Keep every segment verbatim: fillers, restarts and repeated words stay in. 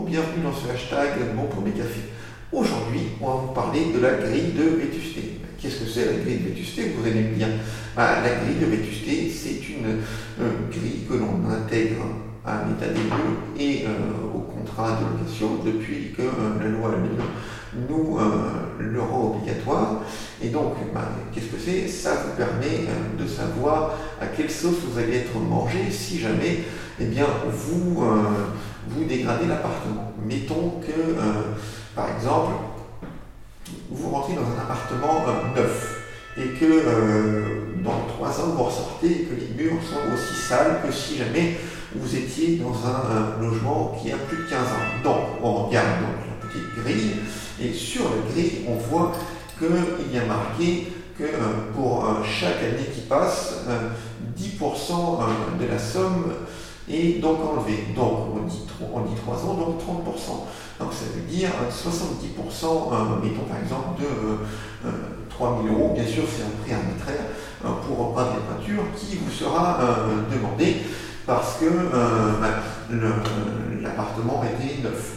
bienvenue dans ce hashtag Mon Premier Café. Aujourd'hui, on va vous parler de la grille de vétusté. Qu'est-ce que c'est la grille de vétusté? Vous allez me dire, bah, la grille de vétusté, c'est une euh, grille que l'on intègre à un état des lieux et euh, au contrat de location depuis que euh, la loi nous euh, le rend obligatoire. Et donc, bah, qu'est-ce que c'est? Ça vous permet euh, de savoir à quelle sauce vous allez être mangé si jamais eh bien, vous, euh, vous dégradez l'appartement. Mettons que, euh, par exemple, vous rentrez dans un appartement euh, neuf et que euh, dans trois ans vous ressortez et que les murs sont aussi sales que si jamais vous étiez dans un, un logement qui a plus de quinze ans. Donc, on regarde donc la petite grille et sur la grille, on voit qu'il y a marqué que euh, pour euh, chaque année qui passe, euh, dix pour cent euh, de la somme est donc enlevée. Donc, on dit, on dit trois ans, donc trente pour cent. Donc, ça veut dire soixante-dix pour cent, euh, mettons par exemple, de euh, euh, trois mille euros. Bien sûr, c'est un prix arbitraire euh, pour reprendre les peintures qui vous sera euh, demandé parce que euh, bah, le, l'appartement était neuf.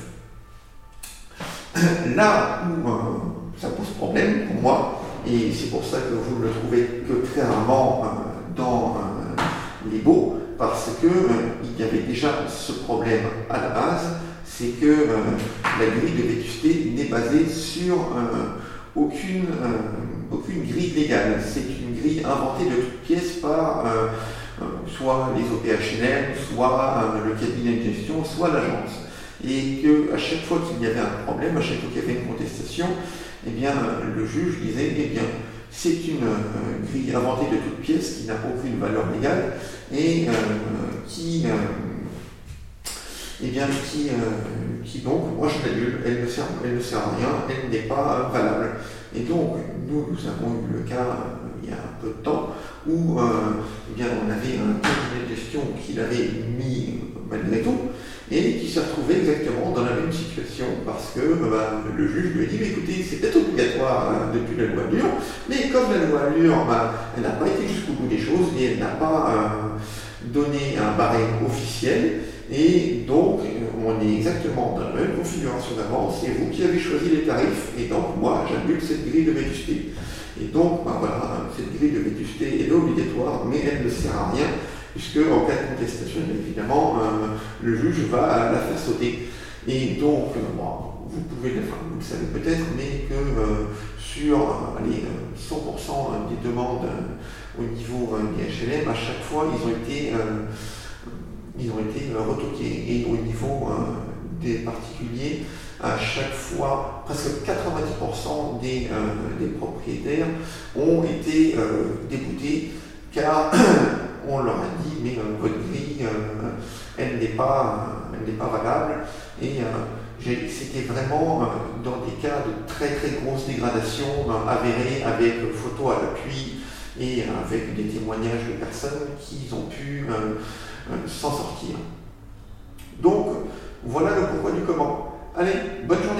Là où euh, ça pose problème pour moi, et c'est pour ça que vous ne le trouvez que très rarement euh, dans euh, les baux, parce que euh, il y avait déjà ce problème à la base, c'est que euh, la grille de vétusté n'est basée sur euh, aucune, euh, aucune grille légale. C'est une grille inventée de toutes pièces par euh, euh, soit les O P H L M, soit euh, le cabinet de gestion, soit l'agence. Et qu'à chaque fois qu'il y avait un problème, à chaque fois qu'il y avait une contestation, eh bien, le juge disait, eh bien, c'est une euh, grille inventée de toutes pièces qui n'a aucune valeur légale et euh, qui, euh, eh bien, qui, euh, qui donc, moi je l'annule, elle ne sert, elle ne sert à rien, elle n'est pas euh, valable. Et donc, nous, nous avons eu le cas euh, il y a un peu de temps où euh, eh bien, on avait un cabinet de gestion qui l'avait mis malgré tout, et qui s'est retrouvé exactement dans la même situation parce que bah, le juge lui a dit mais écoutez, c'est peut-être obligatoire hein, depuis la loi Allure, mais comme la loi Allure, bah, elle n'a pas été jusqu'au bout des choses et elle n'a pas euh, donné un barème officiel, et donc on est exactement dans la même configuration d'avant, c'est vous qui avez choisi les tarifs, et donc moi j'annule cette grille de vétusté. Et donc bah, voilà, cette grille de vétusté elle est obligatoire, mais elle ne sert à rien, puisque en cas de contestation, évidemment, euh, le juge va la faire sauter. Et donc, euh, bon, vous pouvez, enfin, vous le savez peut-être, mais que euh, sur euh, les cent pour cent des demandes euh, au niveau euh, des H L M, à chaque fois, ils ont été, euh, ils ont été euh, retoqués. Et au niveau euh, des particuliers, à chaque fois, presque quatre-vingt-dix pour cent des, euh, des propriétaires ont été euh, déboutés, car on leur a dit mais euh, votre grille euh, elle n'est pas, euh, elle n'est pas valable, et euh, c'était vraiment euh, dans des cas de très très grosses dégradations euh, avérées avec euh, photos à l'appui et euh, avec des témoignages de personnes qui ont pu euh, euh, s'en sortir. Donc voilà le pourquoi du comment. Allez, bonne journée.